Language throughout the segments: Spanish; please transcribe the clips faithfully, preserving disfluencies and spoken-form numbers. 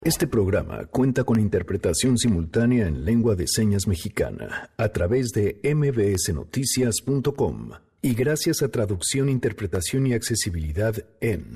Este programa cuenta con interpretación simultánea en lengua de señas mexicana a través de eme be ese noticias punto com y gracias a traducción, interpretación y accesibilidad en...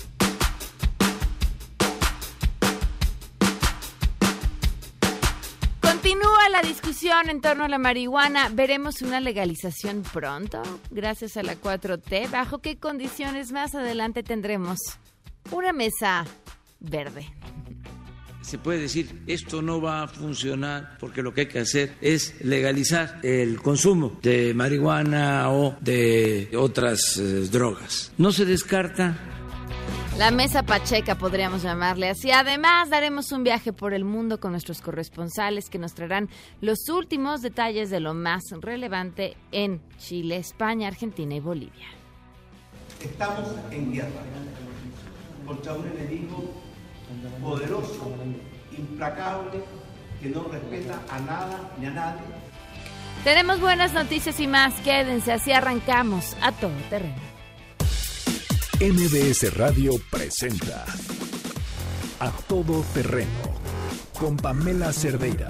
Continúa la discusión en torno a la marihuana. ¿Veremos una legalización pronto? Gracias a la cuatro T. ¿Bajo qué condiciones más adelante tendremos una mesa verde? Se puede decir, esto no va a funcionar porque lo que hay que hacer es legalizar el consumo de marihuana o de otras eh, drogas. No se descarta. La mesa pacheca podríamos llamarle así. Además, daremos un viaje por el mundo con nuestros corresponsales que nos traerán los últimos detalles de lo más relevante en Chile, España, Argentina y Bolivia. Estamos en guerra contra un enemigo poderoso, implacable, que no respeta a nada ni a nadie. Tenemos buenas noticias y más. Quédense, así arrancamos a todo terreno. eme be ese Radio presenta A Todo Terreno con Pamela Cerdeira.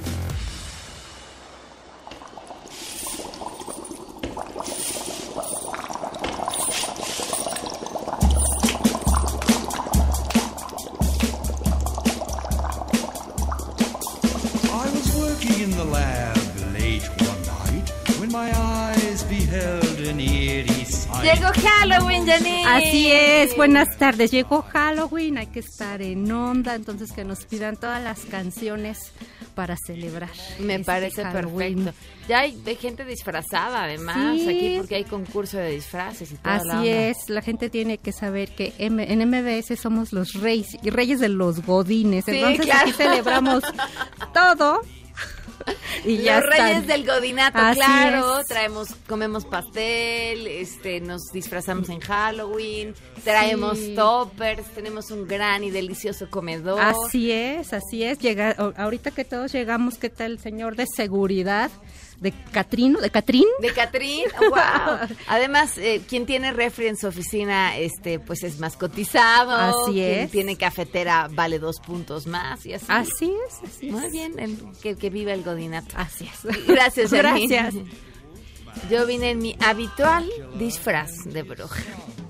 Llegó Halloween, Janine. Así es, buenas tardes. Llegó Halloween, hay que estar en onda, entonces que nos pidan todas las canciones para celebrar. Me este parece Halloween. Perfecto. Ya hay de gente disfrazada, además, sí. Aquí porque hay concurso de disfraces y todo. Así la es, la gente tiene que saber que M- en eme be ese somos los reyes, reyes de los godines, sí, entonces claro. Aquí celebramos todo. Y los ya reyes están. Del godinato, así claro, es. Traemos, comemos pastel, este, nos disfrazamos en Halloween, traemos sí. toppers, tenemos un gran y delicioso comedor. Así es, así es. Llega, ahorita que todos llegamos, ¿qué tal el señor de seguridad? ¿De Catrino? ¿De Catrín? De Catrín, wow. Además, eh, quien tiene refri en su oficina, este, pues es más cotizado. Así quien es. Tiene cafetera vale dos puntos más y así. Así es, así es. Muy bien, el, que, que viva el godinato. Así es. Gracias, Janine. Gracias. Yo vine en mi habitual disfraz de bruja.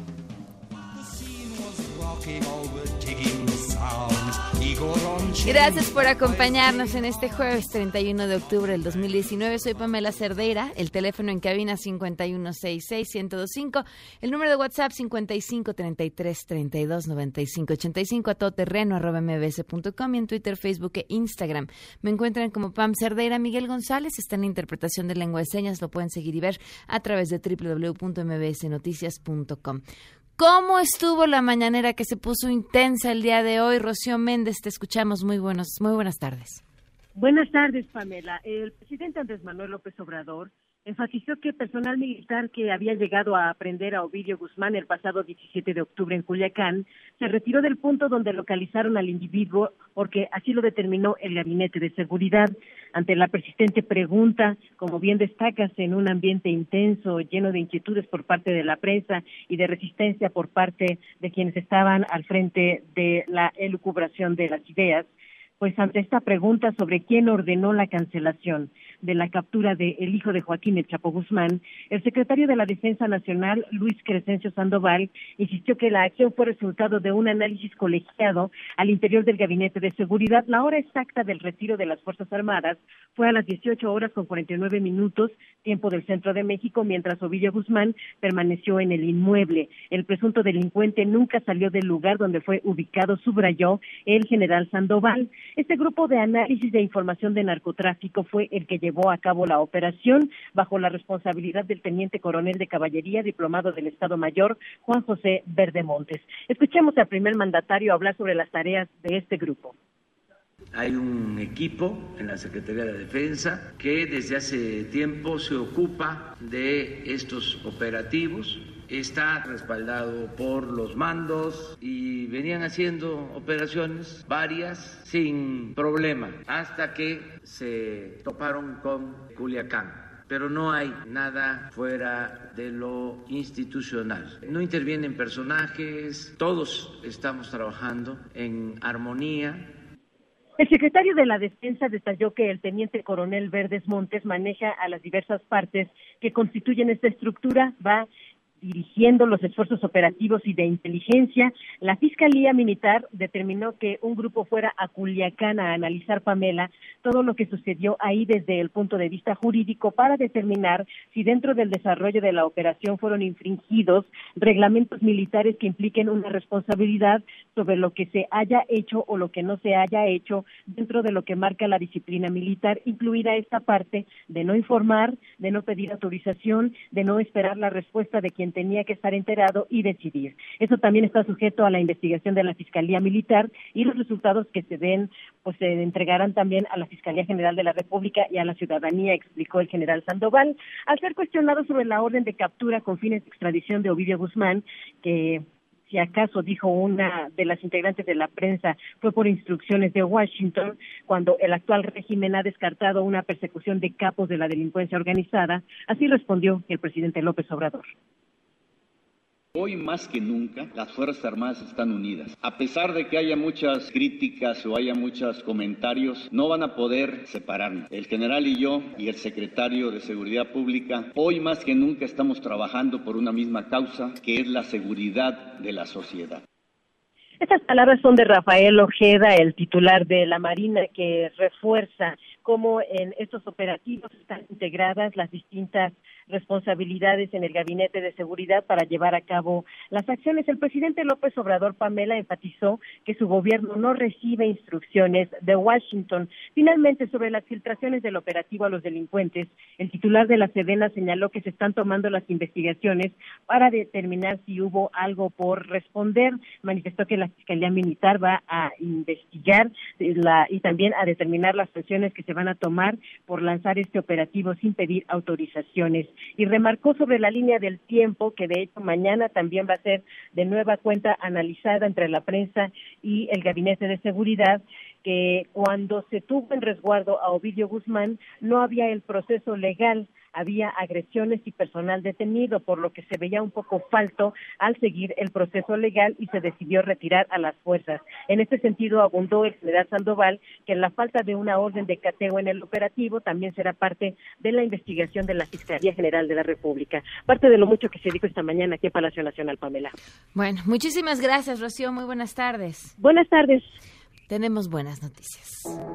Gracias por acompañarnos en este jueves treinta y uno de octubre del dos mil diecinueve. Soy Pamela Cerdeira, el teléfono en cabina cincuenta y uno sesenta y seis, ciento veinticinco, el número de WhatsApp cincuenta y cinco, treinta y tres, treinta y dos, noventa y cinco, ochenta y cinco, a todoterreno arroba eme be ese punto com y en Twitter, Facebook e Instagram. Me encuentran como Pam Cerdeira. Miguel González está en la interpretación de lengua de señas, lo pueden seguir y ver a través de doble u doble u doble u punto eme be ese noticias punto com. ¿Cómo estuvo la mañanera que se puso intensa el día de hoy? Rocío Méndez, te escuchamos. Muy buenos, muy buenas tardes. Buenas tardes, Pamela. El presidente Andrés Manuel López Obrador enfatizó que personal militar que había llegado a aprender a Ovidio Guzmán el pasado diecisiete de octubre en Culiacán se retiró del punto donde localizaron al individuo porque así lo determinó el Gabinete de Seguridad. Ante la persistente pregunta, como bien destacas, en un ambiente intenso, lleno de inquietudes por parte de la prensa y de resistencia por parte de quienes estaban al frente de la elucubración de las ideas, pues ante esta pregunta sobre quién ordenó la cancelación de la captura del hijo de Joaquín El Chapo Guzmán, el secretario de la Defensa Nacional, Luis Crescencio Sandoval, insistió que la acción fue resultado de un análisis colegiado al interior del Gabinete de Seguridad. La hora exacta del retiro de las Fuerzas Armadas fue a las dieciocho horas con cuarenta y nueve minutos, tiempo del centro de México, mientras Ovidio Guzmán permaneció en el inmueble. El presunto delincuente nunca salió del lugar donde fue ubicado, subrayó el general Sandoval. Este grupo de análisis de información de narcotráfico fue el que llevó a cabo la operación bajo la responsabilidad del teniente coronel de caballería, diplomado del Estado Mayor, Juan José Verdemontes. Escuchemos al primer mandatario hablar sobre las tareas de este grupo. Hay un equipo en la Secretaría de Defensa que desde hace tiempo se ocupa de estos operativos. Está respaldado por los mandos y venían haciendo operaciones varias sin problema hasta que se toparon con Culiacán. pero no hay nada fuera de lo institucional. No intervienen personajes, todos estamos trabajando en armonía. El secretario de la Defensa detalló que el teniente coronel Verdes Montes maneja a las diversas partes que constituyen esta estructura, va dirigiendo los esfuerzos operativos y de inteligencia. La Fiscalía Militar determinó que un grupo fuera a Culiacán a analizar, Pamela, todo lo que sucedió ahí desde el punto de vista jurídico para determinar si dentro del desarrollo de la operación fueron infringidos reglamentos militares que impliquen una responsabilidad sobre lo que se haya hecho o lo que no se haya hecho dentro de lo que marca la disciplina militar, incluida esta parte de no informar, de no pedir autorización, de no esperar la respuesta de quien tenía que estar enterado y decidir. Eso también está sujeto a la investigación de la Fiscalía Militar y los resultados que se den pues se entregarán también a la Fiscalía General de la República y a la ciudadanía, explicó el general Sandoval. Al ser cuestionado sobre la orden de captura con fines de extradición de Ovidio Guzmán, que si acaso, dijo una de las integrantes de la prensa, fue por instrucciones de Washington, cuando el actual régimen ha descartado una persecución de capos de la delincuencia organizada, así respondió el presidente López Obrador. Hoy más que nunca las Fuerzas Armadas están unidas. A pesar de que haya muchas críticas o haya muchos comentarios, no van a poder separarnos. El general y yo y el secretario de Seguridad Pública, hoy más que nunca estamos trabajando por una misma causa, que es la seguridad de la sociedad. Estas palabras son de Rafael Ojeda, el titular de la Marina, que refuerza cómo en estos operativos están integradas las distintas responsabilidades en el Gabinete de Seguridad para llevar a cabo las acciones. El presidente López Obrador, Pamela, enfatizó que su gobierno no recibe instrucciones de Washington. Finalmente, sobre las filtraciones del operativo a los delincuentes, el titular de la Sedena señaló que se están tomando las investigaciones para determinar si hubo algo por responder. Manifestó que la Fiscalía Militar va a investigar la, y también a determinar las sanciones que se van a tomar por lanzar este operativo sin pedir autorizaciones. Y remarcó sobre la línea del tiempo, que de hecho mañana también va a ser de nueva cuenta analizada entre la prensa y el Gabinete de Seguridad, que cuando se tuvo en resguardo a Ovidio Guzmán no había el proceso legal, había agresiones y personal detenido, por lo que se veía un poco falto al seguir el proceso legal y se decidió retirar a las fuerzas. En este sentido, abundó el general Sandoval que la falta de una orden de cateo en el operativo también será parte de la investigación de la Fiscalía General de la República. Parte de lo mucho que se dijo esta mañana aquí en Palacio Nacional, Pamela. Bueno, muchísimas gracias, Rocío. Muy buenas tardes. Buenas tardes. Tenemos buenas noticias.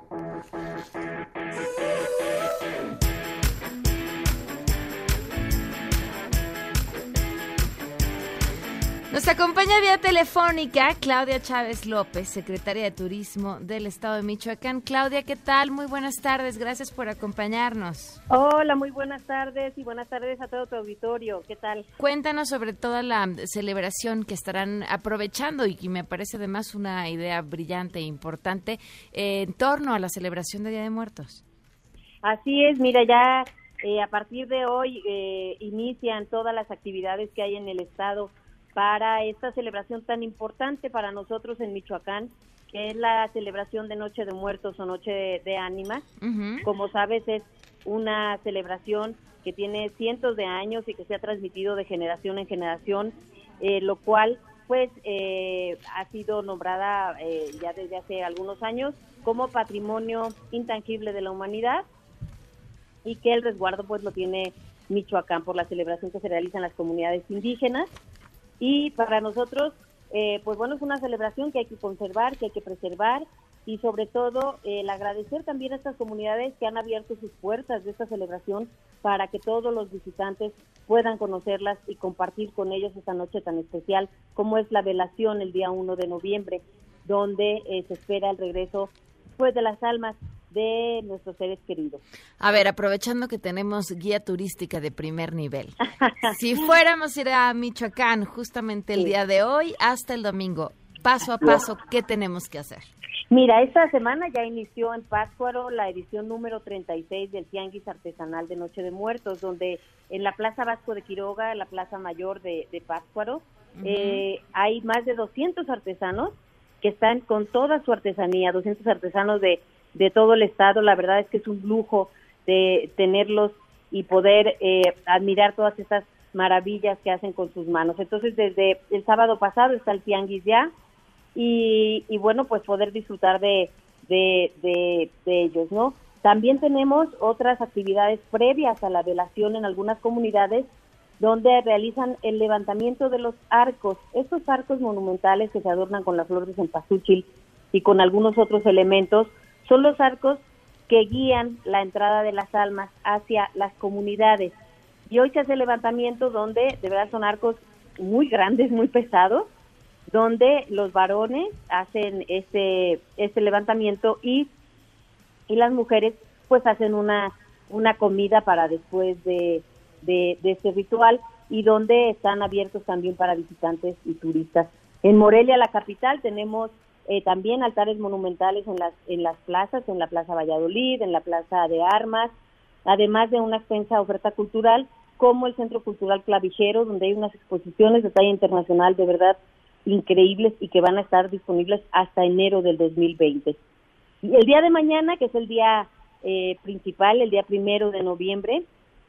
Nos acompaña vía telefónica Claudia Chávez López, secretaria de Turismo del Estado de Michoacán. Claudia, ¿qué tal? Muy buenas tardes, gracias por acompañarnos. Hola, muy buenas tardes y buenas tardes a todo tu auditorio. ¿Qué tal? Cuéntanos sobre toda la celebración que estarán aprovechando y que me parece además una idea brillante e importante eh, en torno a la celebración de Día de Muertos. Así es, mira, ya eh, a partir de hoy eh, inician todas las actividades que hay en el estado para esta celebración tan importante para nosotros en Michoacán, que es la celebración de Noche de Muertos o Noche de, de Ánimas. Uh-huh. Como sabes, es una celebración que tiene cientos de años y que se ha transmitido de generación en generación, eh, lo cual pues eh, ha sido nombrada eh, ya desde hace algunos años como Patrimonio Intangible de la Humanidad, y que el resguardo pues lo tiene Michoacán por la celebración que se realiza en las comunidades indígenas. Y para nosotros, eh, pues bueno, es una celebración que hay que conservar, que hay que preservar, y sobre todo el agradecer también a estas comunidades que han abierto sus puertas de esta celebración para que todos los visitantes puedan conocerlas y compartir con ellos esta noche tan especial como es la velación el día uno de noviembre, donde eh, se espera el regreso pues de las almas de nuestros seres queridos. A ver, aprovechando que tenemos guía turística de primer nivel, si fuéramos a ir a Michoacán justamente el sí. día de hoy hasta el domingo, paso a paso, ¿qué tenemos que hacer? Mira, esta semana ya inició en Pátzcuaro la edición número treinta y seis del Tianguis Artesanal de Noche de Muertos, donde en la Plaza Vasco de Quiroga, la Plaza Mayor de, de Pátzcuaro, uh-huh. eh, hay más de doscientos artesanos que están con toda su artesanía, doscientos artesanos de de todo el estado. La verdad es que es un lujo de tenerlos y poder eh, admirar todas estas maravillas que hacen con sus manos. Entonces, desde el sábado pasado está el tianguis ya, y, y bueno, pues poder disfrutar de, de, de, de ellos, ¿no? También tenemos otras actividades previas a la velación en algunas comunidades, donde realizan el levantamiento de los arcos. Estos arcos monumentales que se adornan con la flor de cempasúchil y con algunos otros elementos, son los arcos que guían la entrada de las almas hacia las comunidades. Y hoy se hace el levantamiento donde, de verdad, son arcos muy grandes, muy pesados, donde los varones hacen este este levantamiento y, y las mujeres pues hacen una, una comida para después de, de, de este ritual, y donde están abiertos también para visitantes y turistas. En Morelia, la capital, tenemos eh, también altares monumentales en las, en las plazas, en la Plaza Valladolid, en la Plaza de Armas, además de una extensa oferta cultural, como el Centro Cultural Clavijero, donde hay unas exposiciones de talla internacional de verdad increíbles y que van a estar disponibles hasta enero del dos mil veinte. Y el día de mañana, que es el día eh, principal, el día primero de noviembre,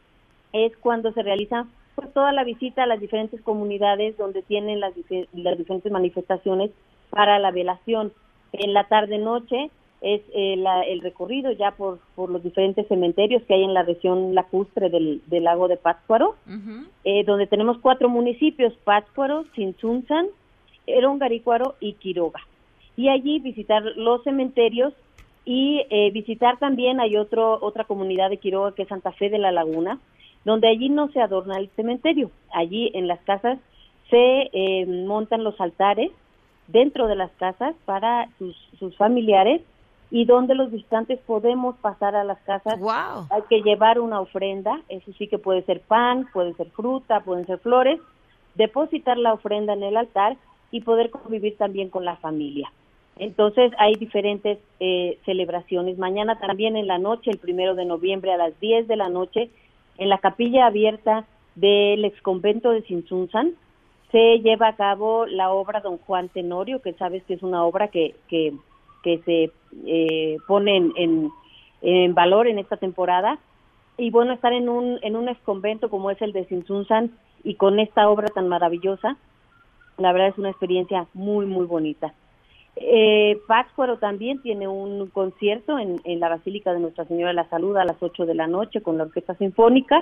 es cuando se realiza pues toda la visita a las diferentes comunidades donde tienen las, las diferentes manifestaciones para la velación. En la tarde-noche es eh, la, el recorrido ya por, por los diferentes cementerios que hay en la región lacustre del, del lago de Pátzcuaro, uh-huh. eh, donde tenemos cuatro municipios: Pátzcuaro, Tzintzuntzan, Erongarícuaro y Quiroga. Y allí visitar los cementerios y eh, visitar también, hay otro otra comunidad de Quiroga que es Santa Fe de la Laguna, donde allí no se adorna el cementerio. Allí en las casas se eh, montan los altares dentro de las casas para sus, sus familiares, y donde los visitantes podemos pasar a las casas. Wow. Hay que llevar una ofrenda, eso sí, que puede ser pan, puede ser fruta, pueden ser flores, depositar la ofrenda en el altar y poder convivir también con la familia. Entonces hay diferentes eh, celebraciones. Mañana también en la noche, el primero de noviembre a las diez de la noche, en la capilla abierta del exconvento de Tzintzuntzan, se lleva a cabo la obra Don Juan Tenorio, que sabes que es una obra que, que, que se eh, pone en, en, en valor en esta temporada. Y bueno, estar en un, en un exconvento como es el de Tzintzuntzan y con esta obra tan maravillosa, la verdad es una experiencia muy, muy bonita. Eh, Pátzcuaro también tiene un concierto en, en la Basílica de Nuestra Señora de la Salud a las ocho de la noche con la Orquesta Sinfónica,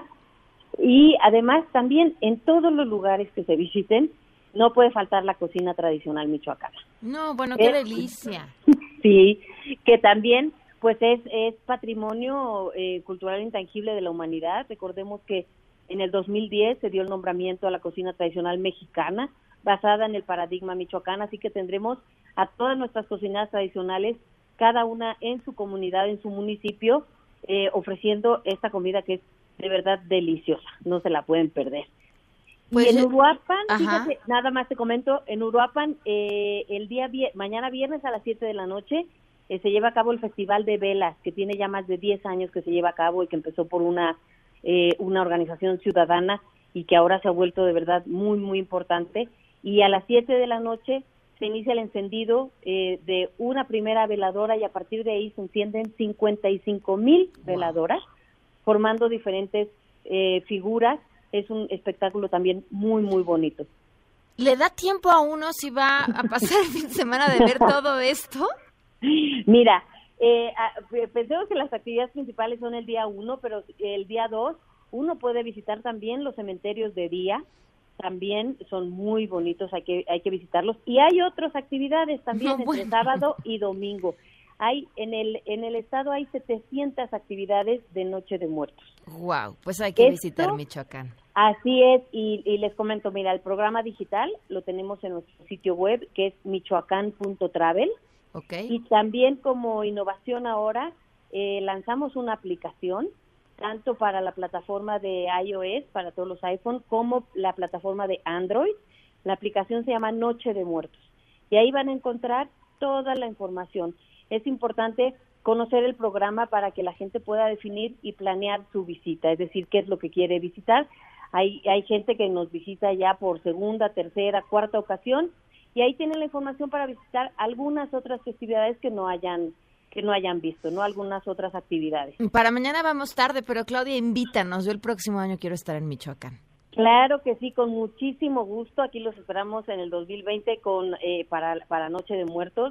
y además también en todos los lugares que se visiten no puede faltar la cocina tradicional michoacana. No, bueno, qué es, delicia. Sí, que también pues es, es patrimonio eh, cultural intangible de la humanidad. Recordemos que en el dos mil diez se dio el nombramiento a la cocina tradicional mexicana, basada en el paradigma michoacán, así que tendremos a todas nuestras cocinas tradicionales, cada una en su comunidad, en su municipio, eh, ofreciendo esta comida que es de verdad deliciosa, no se la pueden perder. Pues, y en Uruapan, fíjate, nada más te comento, en Uruapan, eh, el día vier- mañana viernes a las siete de la noche, eh, se lleva a cabo el Festival de Velas, que tiene ya más de diez años que se lleva a cabo y que empezó por una, eh, una organización ciudadana y que ahora se ha vuelto de verdad muy, muy importante. Y a las siete de la noche se inicia el encendido eh, de una primera veladora, y a partir de ahí se encienden cincuenta y cinco mil veladoras, wow, formando diferentes eh, figuras. Es un espectáculo también muy, muy bonito. ¿Le da tiempo a uno si va a pasar el fin de semana de ver todo esto? Mira, eh, pensemos que las actividades principales son el día uno, pero el día dos uno puede visitar también los cementerios de día. También son muy bonitos, hay que hay que visitarlos. Y hay otras actividades también, no, entre bueno. sábado y domingo. Hay en el en el estado hay setecientas actividades de Noche de Muertos. Wow, pues hay que Esto, visitar Michoacán. Así es, y, y les comento, mira, el programa digital lo tenemos en nuestro sitio web, que es michoacán punto travel. Okay. Y también como innovación ahora, eh, lanzamos una aplicación tanto para la plataforma de iOS, para todos los iPhone, como la plataforma de Android. La aplicación se llama Noche de Muertos, y ahí van a encontrar toda la información. Es importante conocer el programa para que la gente pueda definir y planear su visita, es decir, qué es lo que quiere visitar. Hay, hay gente que nos visita ya por segunda, tercera, cuarta ocasión, y ahí tienen la información para visitar algunas otras festividades que no hayan que no hayan visto, ¿no? Algunas otras actividades. Para mañana vamos tarde, pero Claudia, invítanos. Yo el próximo año quiero estar en Michoacán. Claro que sí, con muchísimo gusto. Aquí los esperamos en el dos mil veinte con eh, para, para Noche de Muertos.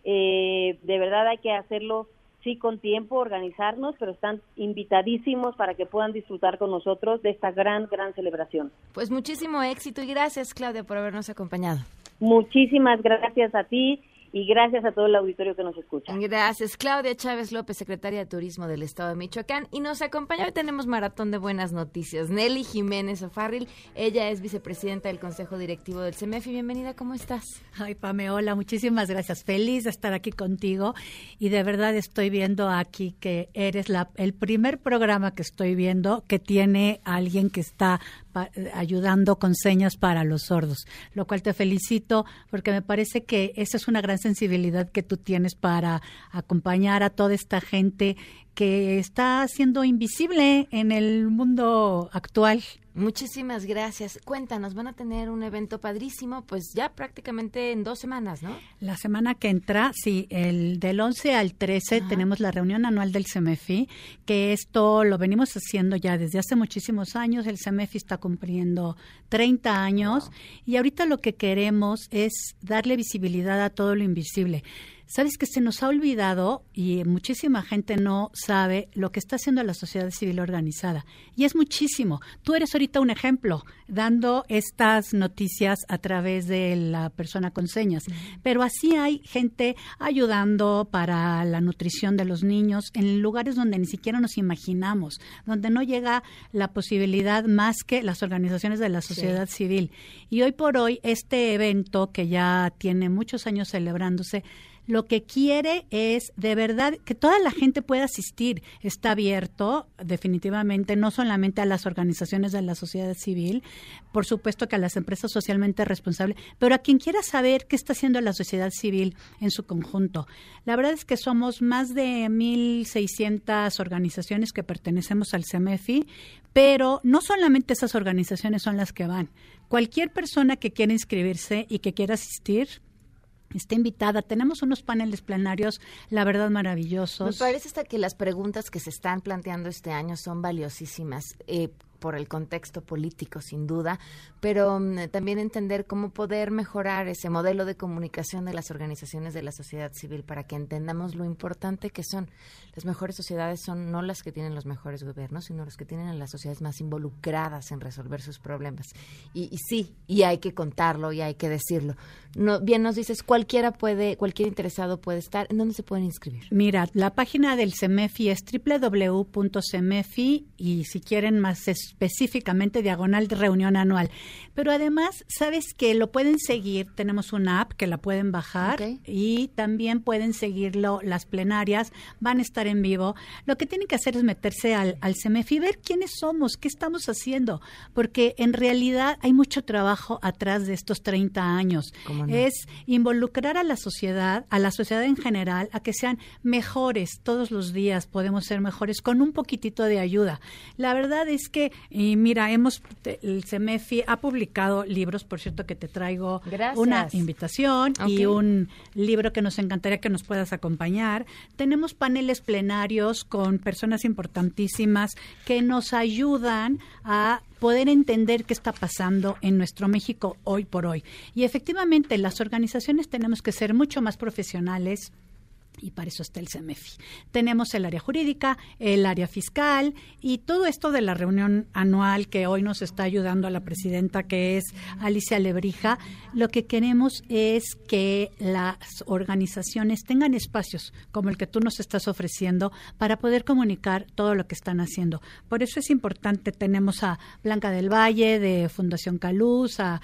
Eh, de verdad hay que hacerlo, sí, con tiempo, organizarnos, pero están invitadísimos para que puedan disfrutar con nosotros de esta gran, gran celebración. Pues muchísimo éxito y gracias, Claudia, por habernos acompañado. Muchísimas gracias a ti. Y gracias a todo el auditorio que nos escucha. Gracias. Claudia Chávez López, secretaria de Turismo del Estado de Michoacán. Y nos acompaña, hoy tenemos maratón de buenas noticias. Nelly Jiménez O'Farrill, ella es vicepresidenta del Consejo Directivo del CEMEFI. Bienvenida, ¿cómo estás? Ay, Pame, hola, muchísimas gracias. Feliz de estar aquí contigo. Y de verdad estoy viendo aquí que eres la, el primer programa que estoy viendo que tiene a alguien que está pa, ayudando con señas para los sordos. Lo cual te felicito porque me parece que esa es una gran sensibilidad que tú tienes para acompañar a toda esta gente que está siendo invisible en el mundo actual. Muchísimas gracias. Cuéntanos, van a tener un evento padrísimo, pues ya prácticamente en dos semanas, ¿no? La semana que entra, sí, el del once al trece Ajá. tenemos la reunión anual del CEMEFI, que esto lo venimos haciendo ya desde hace muchísimos años. El CEMEFI está cumpliendo treinta años wow. y ahorita lo que queremos es darle visibilidad a todo lo invisible. Sabes que se nos ha olvidado y muchísima gente no sabe lo que está haciendo la sociedad civil organizada. Y es muchísimo. Tú eres ahorita un ejemplo, dando estas noticias a través de la persona con señas. Pero así hay gente ayudando para la nutrición de los niños en lugares donde ni siquiera nos imaginamos, donde no llega la posibilidad más que las organizaciones de la sociedad sí. civil. Y hoy por hoy, este evento que ya tiene muchos años celebrándose, lo que quiere es de verdad que toda la gente pueda asistir. Está abierto definitivamente no solamente a las organizaciones de la sociedad civil, por supuesto que a las empresas socialmente responsables, pero a quien quiera saber qué está haciendo la sociedad civil en su conjunto. La verdad es que somos más de mil seiscientas organizaciones que pertenecemos al CEMEFI, pero no solamente esas organizaciones son las que van. Cualquier persona que quiera inscribirse y que quiera asistir está invitada. Tenemos unos paneles plenarios, la verdad, maravillosos. Me parece hasta que las preguntas que se están planteando este año son valiosísimas. Eh, por el contexto político, sin duda, pero um, también entender cómo poder mejorar ese modelo de comunicación de las organizaciones de la sociedad civil para que entendamos lo importante que son. Las mejores sociedades son no las que tienen los mejores gobiernos, sino las que tienen a las sociedades más involucradas en resolver sus problemas. Y, y sí, y hay que contarlo y hay que decirlo. No, bien nos dices, cualquiera puede, cualquier interesado puede estar. ¿En dónde se pueden inscribir? Mira, la página del CEMEFI es doble u doble u doble u punto cemefi y si quieren más específicamente diagonal de reunión anual. Pero además, sabes que lo pueden seguir, tenemos una app que la pueden bajar okay. y también pueden seguirlo, las plenarias van a estar en vivo. Lo que tienen que hacer es meterse al, al CEMEFI y ver quiénes somos, qué estamos haciendo, porque en realidad hay mucho trabajo atrás de estos treinta años. ¿Cómo no? Es involucrar a la sociedad, a la sociedad en general, a que sean mejores. Todos los días podemos ser mejores con un poquitito de ayuda. La verdad es que, y mira, hemos el CEMEFI ha publicado libros, por cierto que te traigo Gracias. Una invitación okay. y un libro que nos encantaría que nos puedas acompañar. Tenemos paneles plenarios con personas importantísimas que nos ayudan a poder entender qué está pasando en nuestro México hoy por hoy. Y efectivamente, las organizaciones tenemos que ser mucho más profesionales. Y para eso está el CEMEFI. Tenemos el área jurídica, el área fiscal y todo esto de la reunión anual que hoy nos está ayudando a la presidenta, que es Alicia Lebrija. Lo que queremos es que las organizaciones tengan espacios como el que tú nos estás ofreciendo para poder comunicar todo lo que están haciendo. Por eso es importante, tenemos a Blanca del Valle de Fundación Caluz, a,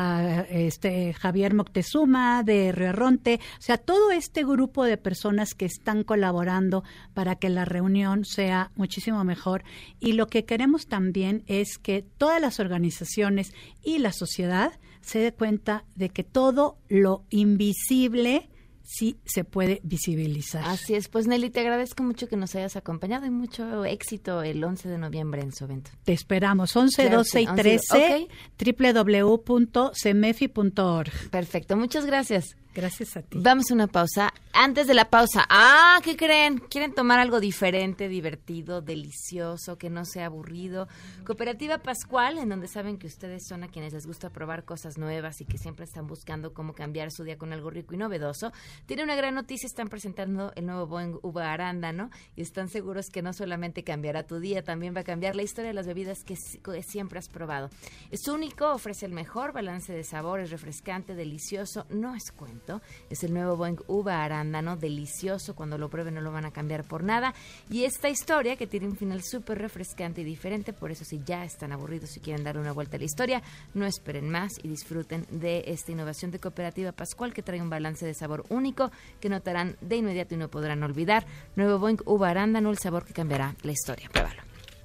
a este Javier Moctezuma de Río Arronte, o sea, todo este grupo de personas personas que están colaborando para que la reunión sea muchísimo mejor. Y lo que queremos también es que todas las organizaciones y la sociedad se dé cuenta de que todo lo invisible sí se puede visibilizar. Así es. Pues Nelly, te agradezco mucho que nos hayas acompañado y mucho éxito el once de noviembre en su evento. Te esperamos, once, claro, doce y trece, okay. doble u doble u doble u punto cemefi punto org. Perfecto, muchas gracias. Gracias a ti. Vamos a una pausa. Antes de la pausa, ah, ¿qué creen? ¿Quieren tomar algo diferente, divertido, delicioso, que no sea aburrido? Cooperativa Pascual, en donde saben que ustedes son a quienes les gusta probar cosas nuevas y que siempre están buscando cómo cambiar su día con algo rico y novedoso, tiene una gran noticia. Están presentando el nuevo Boing Uva Arándano y están seguros que no solamente cambiará tu día, también va a cambiar la historia de las bebidas que, que siempre has probado. Es único, ofrece el mejor balance de sabor, es refrescante, delicioso, no es cuento. Es el nuevo Boing Uva Arándano, delicioso, cuando lo prueben no lo van a cambiar por nada. Y esta historia que tiene un final súper refrescante y diferente, por eso si ya están aburridos y quieren darle una vuelta a la historia, no esperen más y disfruten de esta innovación de Cooperativa Pascual que trae un balance de sabor único que notarán de inmediato y no podrán olvidar. Nuevo Boing Uva Arándano, el sabor que cambiará la historia. Pruébalo.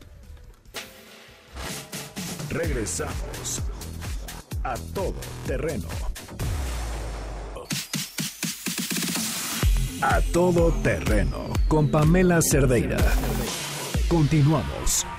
Regresamos a Todo Terreno. A Todo Terreno con Pamela Cerdeira. Continuamos.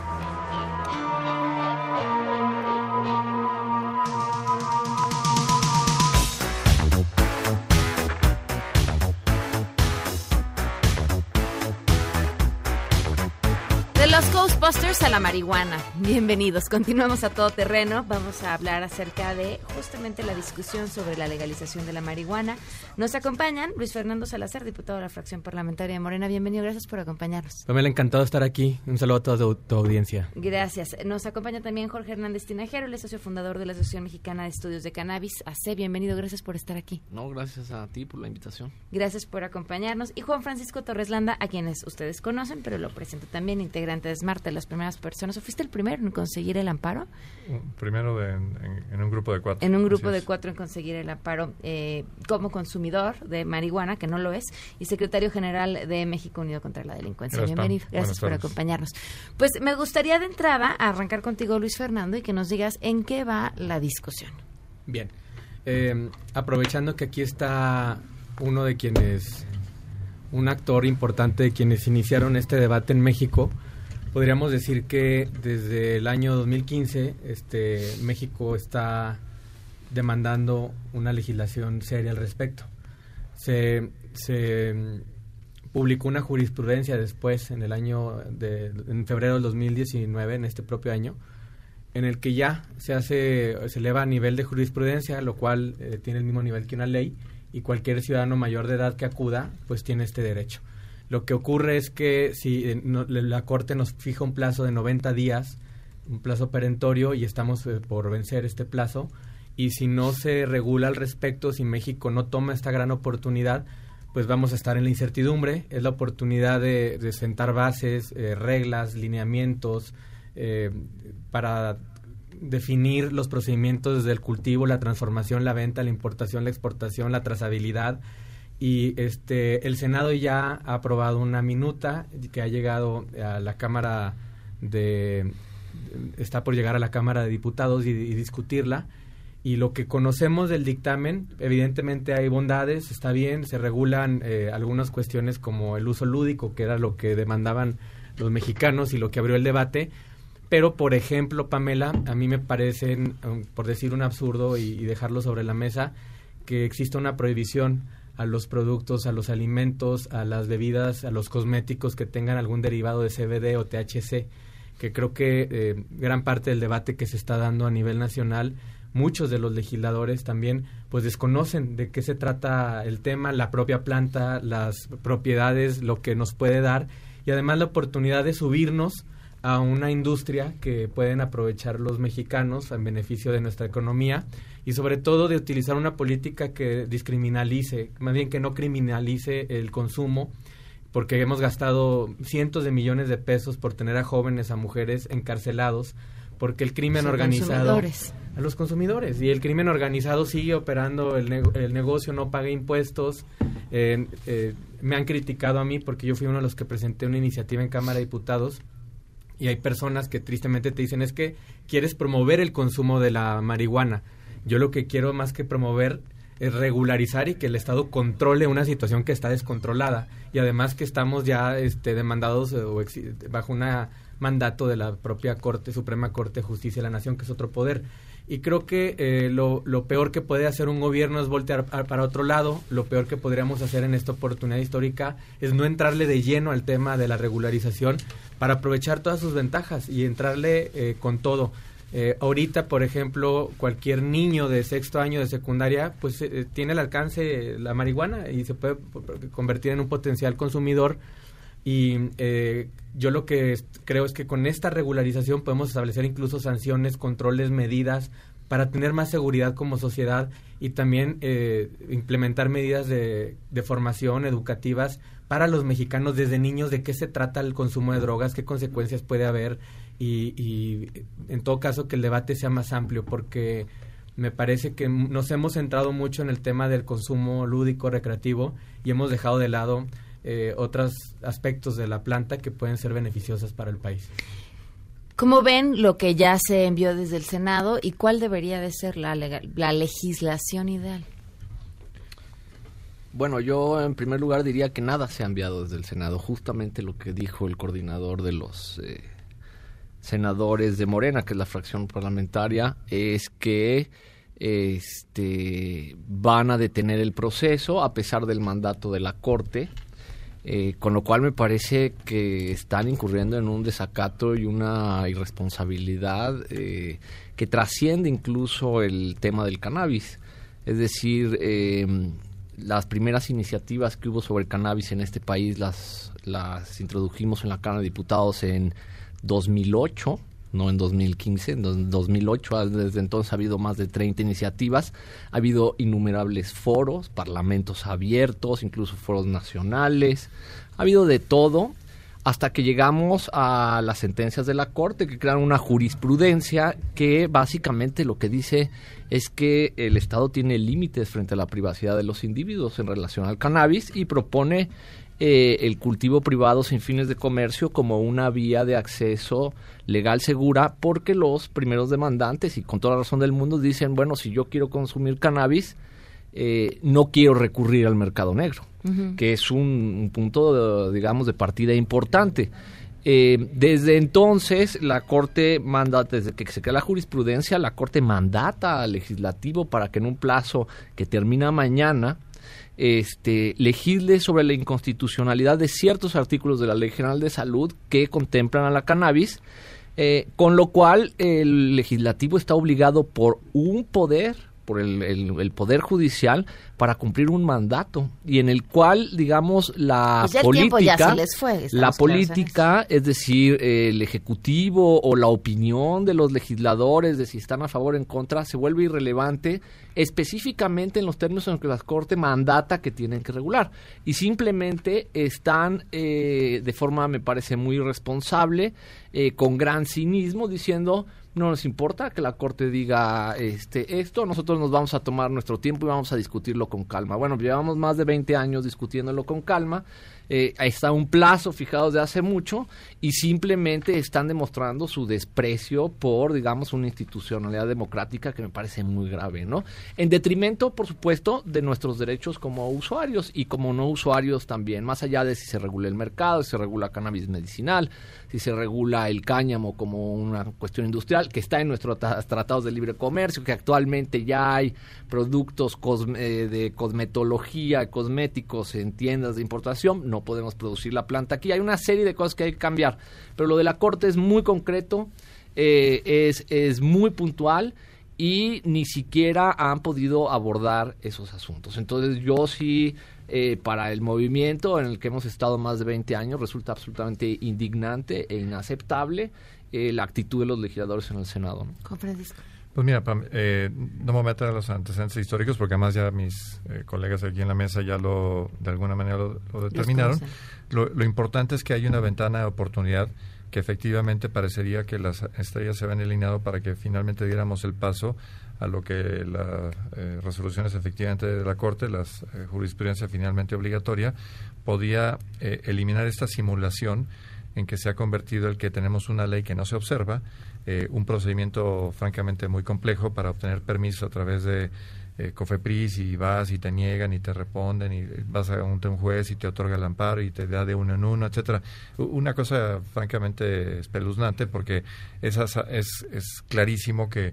De los Ghostbusters a la marihuana. Bienvenidos. Continuamos a Todo Terreno. Vamos a hablar acerca de justamente la discusión sobre la legalización de la marihuana. Nos acompañan Luis Fernando Salazar, diputado de la fracción parlamentaria de Morena. Bienvenido, gracias por acompañarnos. Pamela, encantado de estar aquí. Un saludo a toda tu, tu audiencia. Gracias. Nos acompaña también Jorge Hernández Tinajero, él es socio fundador de la Asociación Mexicana de Estudios de Cannabis, A C E. Bienvenido, gracias por estar aquí. No, gracias a ti por la invitación. Gracias por acompañarnos. Y Juan Francisco Torres Landa, a quienes ustedes conocen, pero lo presento también, integrante de SMART, de las primeras personas. ¿O fuiste el primero en conseguir el amparo? Primero de, en, en un grupo de cuatro. En un grupo de cuatro en conseguir el amparo eh, como consumidor de marihuana, que no lo es, y secretario general de México Unido contra la Delincuencia. Gracias, Bienvenido, gracias por acompañarnos. Pues me gustaría de entrada arrancar contigo, Luis Fernando, y que nos digas en qué va la discusión. Bien, eh, aprovechando que aquí está uno de quienes, un actor importante de quienes iniciaron este debate en México, podríamos decir que desde el año dos mil quince este, México está demandando una legislación seria al respecto. Se, se publicó una jurisprudencia después, en el año de, en febrero del dos mil diecinueve, en este propio año, en el que ya se hace, se eleva a nivel de jurisprudencia, lo cual eh, tiene el mismo nivel que una ley, y cualquier ciudadano mayor de edad que acuda, pues tiene este derecho. Lo que ocurre es que si eh, no, la Corte nos fija un plazo de noventa días, un plazo perentorio, y estamos eh, por vencer este plazo, y si no se regula al respecto, si México no toma esta gran oportunidad, pues vamos a estar en la incertidumbre. Es la oportunidad de, de sentar bases, eh, reglas, lineamientos, eh, para definir los procedimientos desde el cultivo, la transformación, la venta, la importación, la exportación, la trazabilidad. Y este el Senado ya ha aprobado una minuta que ha llegado a la Cámara de... está por llegar a la Cámara de Diputados y, y discutirla. Y lo que conocemos del dictamen, evidentemente hay bondades, está bien, se regulan eh, algunas cuestiones como el uso lúdico, que era lo que demandaban los mexicanos y lo que abrió el debate. Pero, por ejemplo, Pamela, a mí me parece, por decir un absurdo y, y dejarlo sobre la mesa, que exista una prohibición a los productos, a los alimentos, a las bebidas, a los cosméticos que tengan algún derivado de C B D o T H C, que creo que eh, gran parte del debate que se está dando a nivel nacional, muchos de los legisladores también pues desconocen de qué se trata el tema, la propia planta, las propiedades, lo que nos puede dar, y además la oportunidad de subirnos a una industria que pueden aprovechar los mexicanos en beneficio de nuestra economía, y sobre todo de utilizar una política que discriminalice, más bien que no criminalice el consumo, porque hemos gastado cientos de millones de pesos por tener a jóvenes, a mujeres encarcelados, porque el crimen Los organizado... A los consumidores. Y el crimen organizado sigue operando el, ne- el negocio, no paga impuestos. Eh, eh, me han criticado a mí porque yo fui uno de los que presenté una iniciativa en Cámara de Diputados, y hay personas que tristemente te dicen, es que quieres promover el consumo de la marihuana. Yo lo que quiero más que promover es regularizar y que el Estado controle una situación que está descontrolada, y además que estamos ya este, demandados eh, o ex- bajo un mandato de la propia Corte, Suprema Corte de Justicia de la Nación, que es otro poder. Y creo que eh, lo, lo peor que puede hacer un gobierno es voltear a, para otro lado. Lo peor que podríamos hacer en esta oportunidad histórica es no entrarle de lleno al tema de la regularización para aprovechar todas sus ventajas y entrarle eh, con todo. Eh, ahorita, por ejemplo, cualquier niño de sexto año de secundaria pues eh, tiene al alcance la marihuana y se puede convertir en un potencial consumidor. Y eh, yo lo que es, creo es que con esta regularización podemos establecer incluso sanciones, controles, medidas para tener más seguridad como sociedad y también eh, implementar medidas de, de formación educativas para los mexicanos desde niños, de qué se trata el consumo de drogas, qué consecuencias puede haber y, y en todo caso que el debate sea más amplio, porque me parece que nos hemos centrado mucho en el tema del consumo lúdico, recreativo y hemos dejado de lado Eh, otros aspectos de la planta que pueden ser beneficiosas para el país. ¿Cómo ven lo que ya se envió desde el Senado y cuál debería de ser la, legal, la legislación ideal? Bueno, yo en primer lugar diría que nada se ha enviado desde el Senado. Justamente lo que dijo el coordinador de los eh, senadores de Morena, que es la fracción parlamentaria, es que este, van a detener el proceso a pesar del mandato de la Corte. Eh, con lo cual me parece que están incurriendo en un desacato y una irresponsabilidad eh, que trasciende incluso el tema del cannabis. Es decir, eh, las primeras iniciativas que hubo sobre el cannabis en este país las, las introdujimos en la Cámara de Diputados en dos mil ocho, no en dos mil quince, en dos mil ocho, desde entonces ha habido más de treinta iniciativas, ha habido innumerables foros, parlamentos abiertos, incluso foros nacionales, ha habido de todo, hasta que llegamos a las sentencias de la Corte que crean una jurisprudencia que básicamente lo que dice es que el Estado tiene límites frente a la privacidad de los individuos en relación al cannabis y propone Eh, el cultivo privado sin fines de comercio como una vía de acceso legal segura, porque los primeros demandantes, y con toda la razón del mundo, dicen, bueno, si yo quiero consumir cannabis, eh, no quiero recurrir al mercado negro, uh-huh. que es un, un punto, de, digamos, de partida importante. Eh, desde entonces, la Corte manda, desde que se crea la jurisprudencia, la Corte mandata al legislativo para que en un plazo que termina mañana, Este, legisle sobre la inconstitucionalidad de ciertos artículos de la Ley General de Salud que contemplan a la cannabis, eh, con lo cual el legislativo está obligado por un poder, por el, el, el poder judicial, para cumplir un mandato y en el cual, digamos, la pues política, fue, la política, es decir, eh, el ejecutivo o la opinión de los legisladores de si están a favor o en contra, se vuelve irrelevante específicamente en los términos en los que la Corte mandata que tienen que regular y simplemente están eh, de forma, me parece, muy irresponsable, eh, con gran cinismo, diciendo no nos importa que la Corte diga este esto, nosotros nos vamos a tomar nuestro tiempo y vamos a discutirlo con calma. Bueno, llevamos más de veinte años discutiéndolo con calma, eh, está un plazo fijado de hace mucho y simplemente están demostrando su desprecio por, digamos, una institucionalidad democrática que me parece muy grave, ¿no? En detrimento, por supuesto, de nuestros derechos como usuarios y como no usuarios también, más allá de si se regula el mercado, si se regula cannabis medicinal, si se regula el cáñamo como una cuestión industrial, que está en nuestros tratados de libre comercio, que actualmente ya hay productos cosme, de cosmetología, cosméticos en tiendas de importación, no podemos producir la planta aquí. Hay una serie de cosas que hay que cambiar, pero lo de la Corte es muy concreto, eh, es, es muy puntual y ni siquiera han podido abordar esos asuntos. Entonces yo sí, eh, para el movimiento en el que hemos estado más de veinte años, resulta absolutamente indignante e inaceptable eh, la actitud de los legisladores en el Senado, ¿no? Con Francisco. Pues mira, Pam, eh, no me voy a meter a los antecedentes históricos porque además ya mis eh, colegas aquí en la mesa ya lo, de alguna manera lo, lo determinaron. Lo, lo importante es que hay una ventana de oportunidad que efectivamente parecería que las estrellas se habían alineado para que finalmente diéramos el paso a lo que las eh, resoluciones efectivamente de la Corte, la eh, jurisprudencia finalmente obligatoria, podía eh, eliminar esta simulación en que se ha convertido el que tenemos una ley que no se observa, eh, un procedimiento francamente muy complejo para obtener permiso a través de eh, COFEPRIS, y vas y te niegan y te responden y vas a un, un juez y te otorga el amparo y te da de uno en uno, etcétera. Una cosa francamente espeluznante porque es, es, es clarísimo que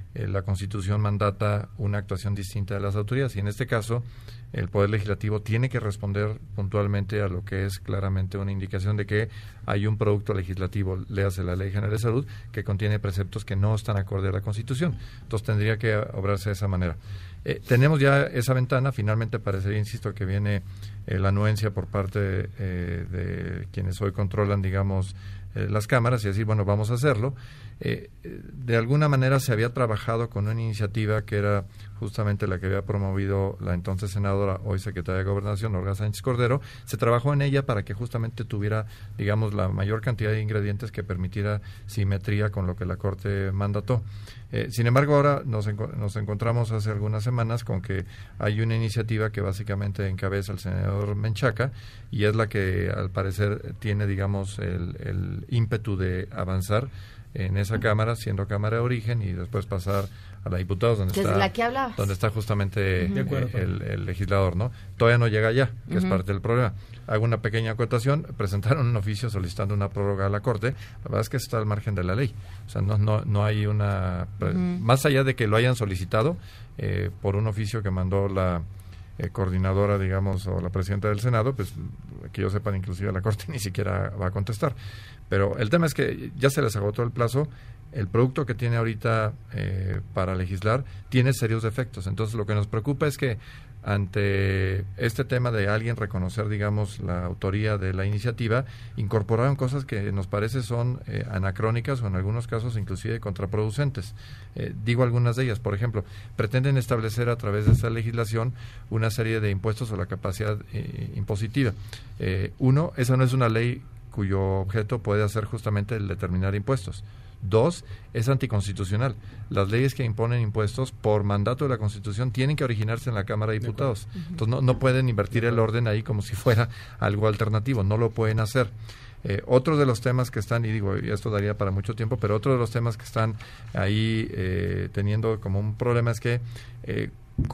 eh, la Constitución mandata una actuación distinta de las autoridades, y en este caso el Poder Legislativo tiene que responder puntualmente a lo que es claramente una indicación de que hay un producto legislativo, léase la Ley General de Salud, que contiene preceptos que no están acorde a la Constitución. Entonces tendría que obrarse de esa manera. Eh, tenemos ya esa ventana, finalmente parecería, insisto, que viene eh, la anuencia por parte eh, de quienes hoy controlan, digamos, eh, las cámaras, y decir, bueno, vamos a hacerlo. Eh, de alguna manera se había trabajado con una iniciativa que era justamente la que había promovido la entonces senadora, hoy secretaria de Gobernación, Olga Sánchez Cordero. Se trabajó en ella para que justamente tuviera, digamos, la mayor cantidad de ingredientes que permitiera simetría con lo que la Corte mandató. Eh, sin embargo, ahora nos, enco- nos encontramos hace algunas semanas con que hay una iniciativa que básicamente encabeza el senador Menchaca, y es la que al parecer tiene, digamos, el, el ímpetu de avanzar en esa Cámara, siendo Cámara de origen, y después pasar a la Diputados, donde que está es de la que hablabas. donde está justamente Uh-huh. eh, el, el legislador, ¿no? Todavía no llega allá, que Uh-huh. es parte del problema. Hago una pequeña acotación. Presentaron un oficio solicitando una prórroga a la Corte. La verdad es que está al margen de la ley. O sea, no no no hay una... Uh-huh. Más allá de que lo hayan solicitado eh, por un oficio que mandó la eh, coordinadora, digamos, o la presidenta del Senado, pues que yo sepa, inclusive la Corte ni siquiera va a contestar. Pero el tema es que ya se les agotó el plazo. El producto que tiene ahorita eh, para legislar tiene serios defectos. Entonces, lo que nos preocupa es que ante este tema de alguien reconocer, digamos, la autoría de la iniciativa, incorporaron cosas que nos parece son eh, anacrónicas o en algunos casos inclusive contraproducentes. Eh, digo algunas de ellas. Por ejemplo, pretenden establecer a través de esta legislación una serie de impuestos o la capacidad eh, impositiva. Eh, uno, esa no es una ley cuyo objeto puede ser justamente el determinar impuestos. Dos, es anticonstitucional. Las leyes que imponen impuestos por mandato de la Constitución tienen que originarse en la Cámara de Diputados. Entonces no, no pueden invertir el orden ahí como si fuera algo alternativo, no lo pueden hacer. Eh, otro de los temas que están, y digo, y esto daría para mucho tiempo, pero otro de los temas que están ahí eh, teniendo como un problema es que eh,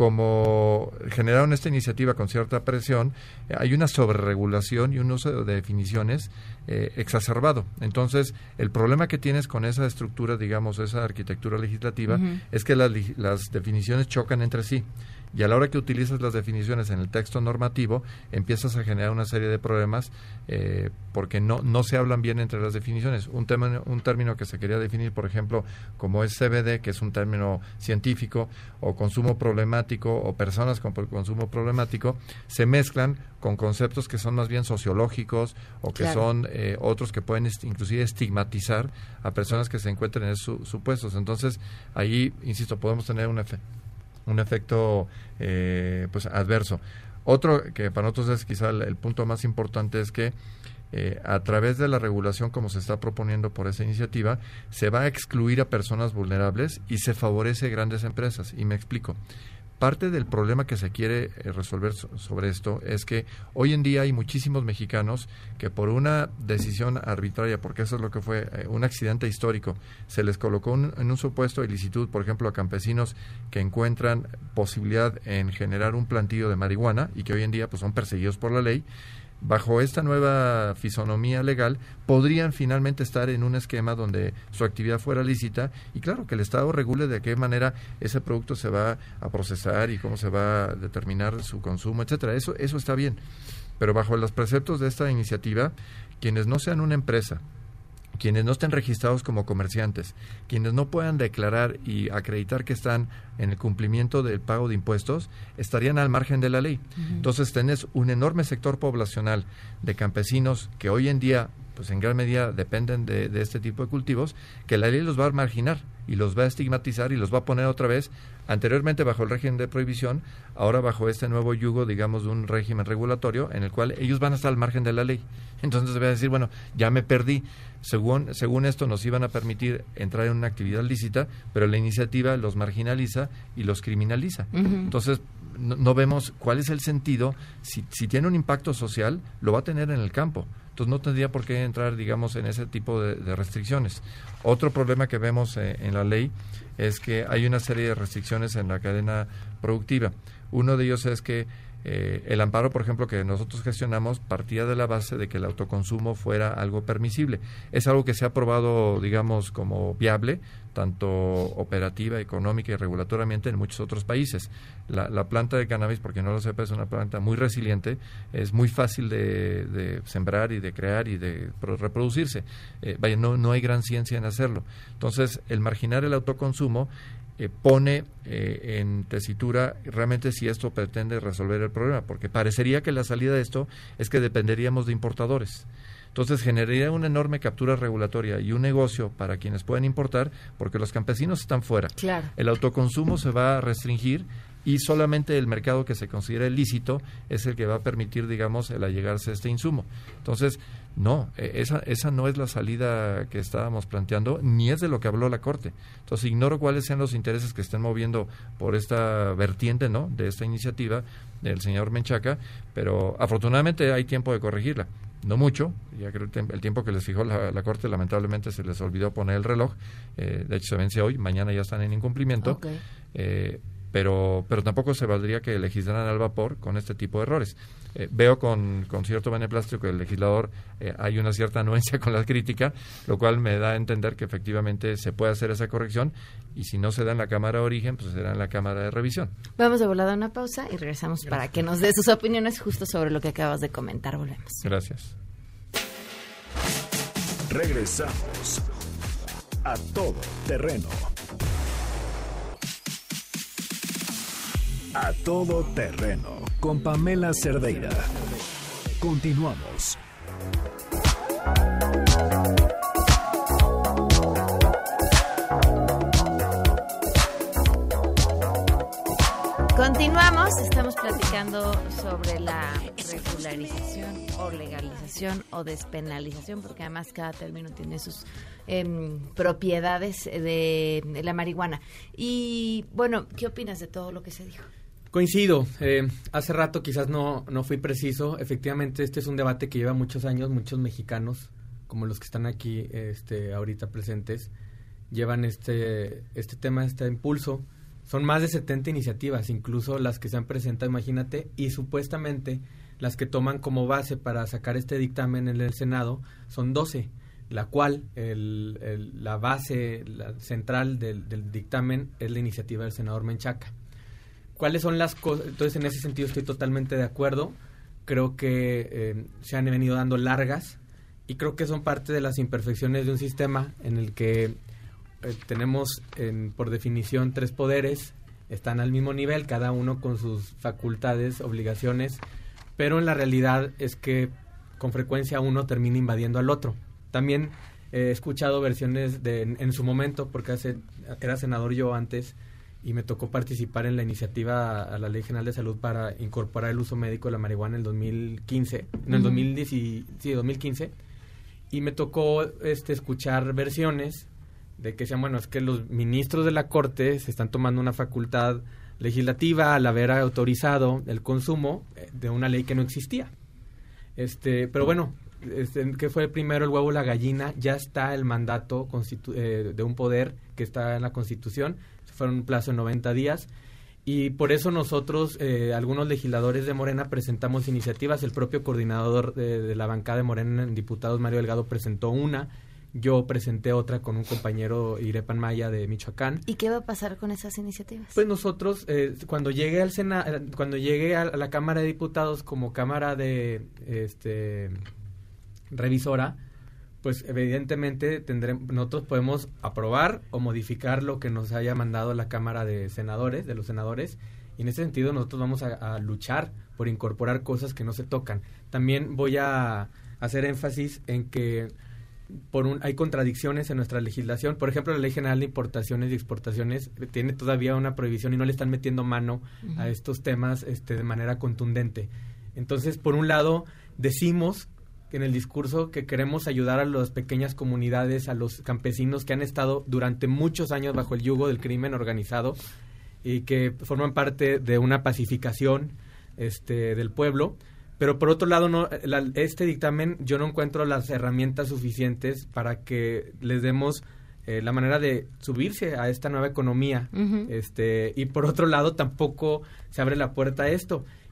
como generaron esta iniciativa con cierta presión, eh, hay una sobreregulación y un uso de definiciones eh, exacerbado. Entonces, el problema que tienes con esa estructura, digamos, esa arquitectura legislativa, uh-huh. es que la, las definiciones chocan entre sí. Y a la hora que utilizas las definiciones en el texto normativo, empiezas a generar una serie de problemas eh, porque no no se hablan bien entre las definiciones. Un, tema, un término que se quería definir, por ejemplo, como es C B D, que es un término científico, o consumo problemático, o personas con consumo problemático, se mezclan con conceptos que son más bien sociológicos, o que claro. son eh, otros que pueden est- inclusive estigmatizar a personas que se encuentren en esos supuestos. Entonces, ahí, insisto, podemos tener un efecto. un efecto eh, pues adverso. Otro que para nosotros es quizá el, el punto más importante es que eh, a través de la regulación como se está proponiendo por esa iniciativa, se va a excluir a personas vulnerables y se favorece grandes empresas. Y me explico. Parte del problema que se quiere eh, resolver so- sobre esto es que hoy en día hay muchísimos mexicanos que por una decisión arbitraria, porque eso es lo que fue eh, un accidente histórico, se les colocó un, en un supuesto de ilicitud, por ejemplo, a campesinos que encuentran posibilidad en generar un plantío de marihuana y que hoy en día pues son perseguidos por la ley. Bajo esta nueva fisonomía legal, podrían finalmente estar en un esquema donde su actividad fuera lícita y claro, que el Estado regule de qué manera ese producto se va a procesar y cómo se va a determinar su consumo, etcétera. Eso, eso está bien. Pero bajo los preceptos de esta iniciativa, quienes no sean una empresa, quienes no estén registrados como comerciantes, quienes no puedan declarar y acreditar que están en el cumplimiento del pago de impuestos, estarían al margen de la ley. Uh-huh. Entonces tenés un enorme sector poblacional de campesinos que hoy en día, pues en gran medida dependen de, de este tipo de cultivos, que la ley los va a marginar y los va a estigmatizar y los va a poner otra vez, anteriormente bajo el régimen de prohibición, ahora bajo este nuevo yugo, digamos, de un régimen regulatorio en el cual ellos van a estar al margen de la ley. Entonces se va a decir, bueno, ya me perdí. Según, según esto nos iban a permitir entrar en una actividad lícita, pero la iniciativa los marginaliza y los criminaliza. Uh-huh. Entonces no, no vemos cuál es el sentido. Si, si tiene un impacto social, lo va a tener en el campo. Entonces no tendría por qué entrar, digamos, en ese tipo de, de restricciones. Otro problema que vemos eh, en la ley es que hay una serie de restricciones en la cadena productiva. Uno de ellos es que Eh, el amparo, por ejemplo, que nosotros gestionamos, partía de la base de que el autoconsumo fuera algo permisible. Es algo que se ha probado, digamos, como viable, tanto operativa, económica y regulatoriamente en muchos otros países. La, la planta de cannabis, porque no lo sepa, es una planta muy resiliente, es muy fácil de, de sembrar y de crear y de pro, reproducirse. Eh, vaya, no, no hay gran ciencia en hacerlo. Entonces, el marginar el autoconsumo Eh, pone eh, en tesitura realmente si esto pretende resolver el problema, porque parecería que la salida de esto es que dependeríamos de importadores. Entonces generaría una enorme captura regulatoria y un negocio para quienes pueden importar, porque los campesinos están fuera. Claro. El autoconsumo se va a restringir y solamente el mercado que se considera ilícito es el que va a permitir, digamos, el allegarse a este insumo. Entonces, no, esa, esa no es la salida que estábamos planteando, ni es de lo que habló la Corte. Entonces, ignoro cuáles sean los intereses que estén moviendo por esta vertiente, ¿no?, de esta iniciativa del señor Menchaca, pero afortunadamente hay tiempo de corregirla. No mucho, ya creo que el tiempo que les fijó la, la Corte lamentablemente se les olvidó poner el reloj, eh, de hecho se vence hoy, mañana ya están en incumplimiento, okay. eh, pero pero tampoco se valdría que legislaran al vapor con este tipo de errores. Eh, veo con, con cierto beneplácito que el legislador eh, hay una cierta anuencia con la crítica, lo cual me da a entender que efectivamente se puede hacer esa corrección y si no se da en la Cámara de Origen, pues será en la Cámara de Revisión. Vamos de volada a una pausa y regresamos Gracias. Para que nos dé sus opiniones justo sobre lo que acabas de comentar. Volvemos. Gracias. Regresamos a Todo Terreno. A Todo Terreno con Pamela Cerdeira. Continuamos. Continuamos, estamos platicando sobre la regularización o legalización o despenalización, porque además cada término tiene sus eh, propiedades de, de la marihuana. Y bueno, ¿qué opinas de todo lo que se dijo? Coincido. Eh, hace rato quizás no, no fui preciso. Efectivamente, este es un debate que lleva muchos años. Muchos mexicanos, como los que están aquí este, ahorita presentes, llevan este, este tema, este impulso. Son más de setenta iniciativas, incluso las que se han presentado, imagínate, y supuestamente las que toman como base para sacar este dictamen en el Senado son doce, la cual el, el, la base la central del, del dictamen es la iniciativa del senador Menchaca. ¿Cuáles son las cosas? Entonces, en ese sentido estoy totalmente de acuerdo. Creo que eh, se han venido dando largas y creo que son parte de las imperfecciones de un sistema en el que eh, tenemos, en, por definición, tres poderes, están al mismo nivel, cada uno con sus facultades, obligaciones, pero en la realidad es que con frecuencia uno termina invadiendo al otro. También eh, he escuchado versiones de en, en su momento, porque hace, era senador yo antes, y me tocó participar en la iniciativa a la Ley General de Salud para incorporar el uso médico de la marihuana en el dos mil quince, en el uh-huh. dos mil diez, sí, dos mil quince, y me tocó este escuchar versiones de que decían, bueno, es que los ministros de la Corte se están tomando una facultad legislativa al haber autorizado el consumo de una ley que no existía. Este, pero bueno, este, ¿qué fue primero, el huevo o la gallina? Ya está el mandato constitu- eh, de un poder que está en la Constitución. Fueron un plazo de noventa días y por eso nosotros, eh, algunos legisladores de Morena, presentamos iniciativas. El propio coordinador de, de la bancada de Morena en diputados, Mario Delgado, presentó una. Yo presenté otra con un compañero, Irepan Maya, de Michoacán. ¿Y qué va a pasar con esas iniciativas? Pues nosotros, eh, cuando llegue al Sena, cuando llegue a la Cámara de Diputados como Cámara de este revisora, pues evidentemente tendremos, nosotros podemos aprobar o modificar lo que nos haya mandado la Cámara de Senadores, de los senadores, y en ese sentido nosotros vamos a, a luchar por incorporar cosas que no se tocan. También voy a hacer énfasis en que por un, hay contradicciones en nuestra legislación. Por ejemplo, la Ley General de Importaciones y Exportaciones tiene todavía una prohibición y no le están metiendo mano uh-huh. a estos temas este, de manera contundente. Entonces, por un lado, decimos en el discurso que queremos ayudar a las pequeñas comunidades, a los campesinos que han estado durante muchos años bajo el yugo del crimen organizado y que forman parte de una pacificación este, del pueblo. Pero por otro lado, no, la, este dictamen yo no encuentro las herramientas suficientes para que les demos eh, la manera de subirse a esta nueva economía. Uh-huh. este Y por otro lado, tampoco se abre la puerta a esto.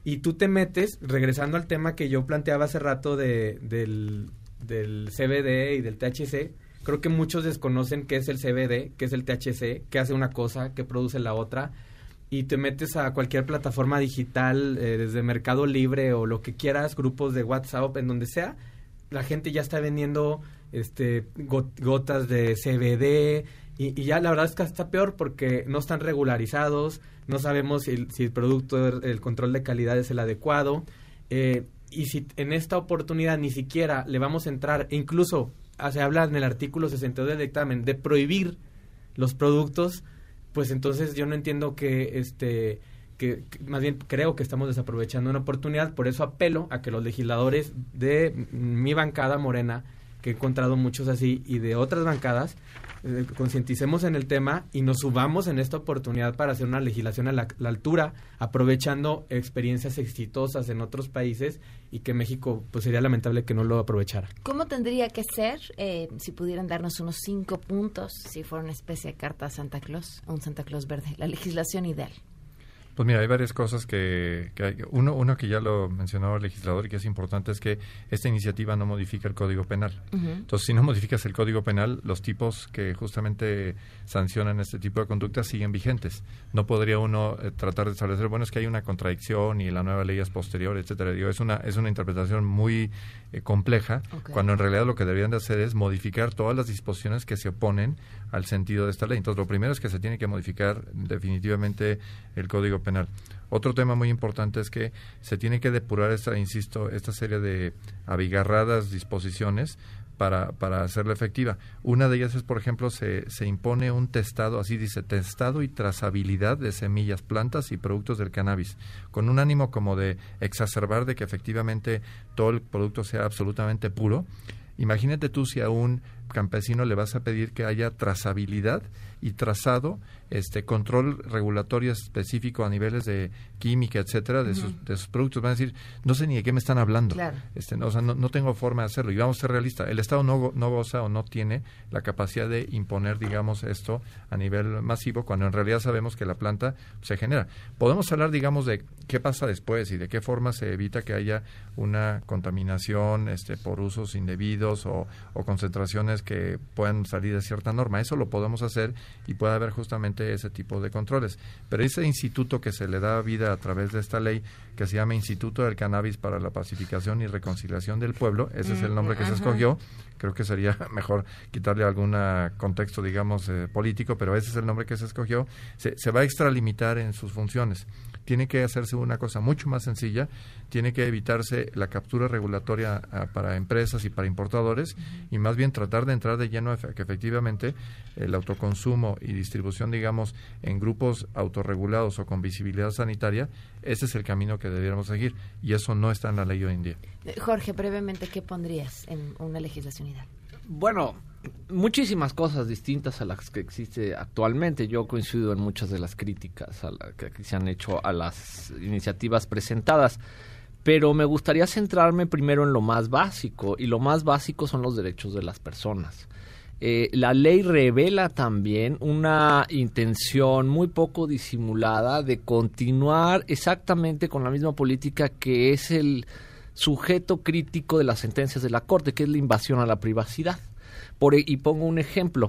y tú te metes, regresando al tema que yo planteaba hace rato de, del, del C B D y del T H C, creo que muchos desconocen qué es el C B D, qué es el T H C, qué hace una cosa, qué produce la otra, y te metes a cualquier plataforma digital, eh, desde Mercado Libre o lo que quieras, grupos de WhatsApp, en donde sea, la gente ya está vendiendo este gotas de C B D, y, y ya la verdad es que está peor porque no están regularizados, no sabemos si, si el producto, el control de calidad es el adecuado, eh, y si en esta oportunidad ni siquiera le vamos a entrar, incluso se habla en el artículo sesenta y dos del dictamen de prohibir los productos, pues entonces yo no entiendo que este que, que más bien creo que estamos desaprovechando una oportunidad. Por eso apelo a que los legisladores de mi bancada Morena, que he encontrado muchos así, y de otras bancadas, eh, concienticemos en el tema y nos subamos en esta oportunidad para hacer una legislación a la, la altura, aprovechando experiencias exitosas en otros países, y que México, pues sería lamentable que no lo aprovechara. ¿Cómo tendría que ser, eh, si pudieran darnos unos cinco puntos, si fuera una especie de carta a Santa Claus, a un Santa Claus verde, la legislación ideal? Pues mira, hay varias cosas que, que hay. Uno, uno que ya lo mencionó el legislador y que es importante es que esta iniciativa no modifica el Código Penal. Uh-huh. Entonces, si no modificas el Código Penal, los tipos que justamente sancionan este tipo de conductas siguen vigentes. No podría uno eh, tratar de establecer, bueno, es que hay una contradicción y la nueva ley es posterior, etcétera. Digo, es una es una interpretación muy eh, compleja, okay, cuando en realidad lo que deberían de hacer es modificar todas las disposiciones que se oponen al sentido de esta ley. Entonces, lo primero es que se tiene que modificar definitivamente el Código Penal. Otro tema muy importante es que se tiene que depurar esta, insisto, esta serie de abigarradas disposiciones para, para hacerla efectiva. Una de ellas es, por ejemplo, se, se impone un testado, así dice, testado y trazabilidad de semillas, plantas y productos del cannabis, con un ánimo como de exacerbar de que efectivamente todo el producto sea absolutamente puro. Imagínate tú si a un campesino le vas a pedir que haya trazabilidad y trazado, este control regulatorio específico a niveles de química, etcétera, de, uh-huh, sus, de sus productos. Van a decir, no sé ni de qué me están hablando. Claro. Este, no, o sea, no, no tengo forma de hacerlo. Y vamos a ser realistas. El Estado no, no goza o no tiene la capacidad de imponer, digamos, esto a nivel masivo, cuando en realidad sabemos que la planta se genera. Podemos hablar, digamos, de qué pasa después y de qué forma se evita que haya una contaminación este, por usos indebidos o, o concentraciones que puedan salir de cierta norma. Eso lo podemos hacer y puede haber justamente ese tipo de controles. Pero ese instituto que se le da vida a través de esta ley, que se llama Instituto del Cannabis para la Pacificación y Reconciliación del Pueblo, ese mm, es el nombre que ajá. se escogió. Creo que sería mejor quitarle algún contexto, digamos, eh, político, pero ese es el nombre que se escogió. Se, se va a extralimitar en sus funciones. Tiene que hacerse una cosa mucho más sencilla, tiene que evitarse la captura regulatoria a, para empresas y para importadores, uh-huh, y más bien tratar de entrar de lleno a que efectivamente el autoconsumo y distribución, digamos, en grupos autorregulados o con visibilidad sanitaria, ese es el camino que debiéramos seguir, y eso no está en la ley hoy en día. Jorge, brevemente, ¿qué pondrías en una legislación ideal? Bueno, muchísimas cosas distintas a las que existe actualmente. Yo coincido en muchas de las críticas a la que se han hecho a las iniciativas presentadas, pero me gustaría centrarme primero en lo más básico, y lo más básico son los derechos de las personas. Eh, la ley revela también una intención muy poco disimulada de continuar exactamente con la misma política que es el sujeto crítico de las sentencias de la Corte, que es la invasión a la privacidad. Por, y pongo un ejemplo,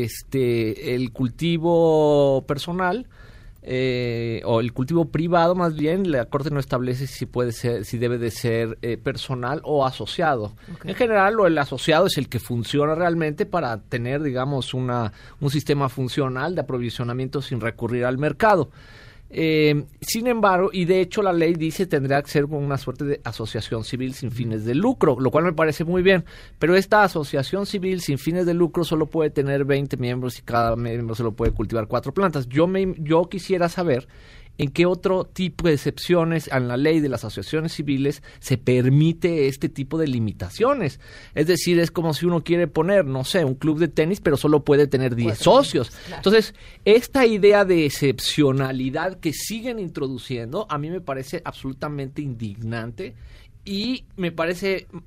este, el cultivo personal, eh, o el cultivo privado más bien, la Corte no establece si puede ser, si debe de ser eh, personal o asociado. Okay. En general, lo, el asociado es el que funciona realmente para tener, digamos, una, un sistema funcional de aprovisionamiento sin recurrir al mercado. Eh, sin embargo, y de hecho la ley dice tendrá que ser una suerte de asociación civil sin fines de lucro, lo cual me parece muy bien, pero esta asociación civil sin fines de lucro solo puede tener veinte miembros y cada miembro solo puede cultivar cuatro plantas. Yo me, yo quisiera saber en qué otro tipo de excepciones en la ley de las asociaciones civiles se permite este tipo de limitaciones. Es decir, es como si uno quiere poner, no sé, un club de tenis, pero solo puede tener diez socios. Claro. Entonces, esta idea de excepcionalidad que siguen introduciendo, a mí me parece absolutamente indignante y me parece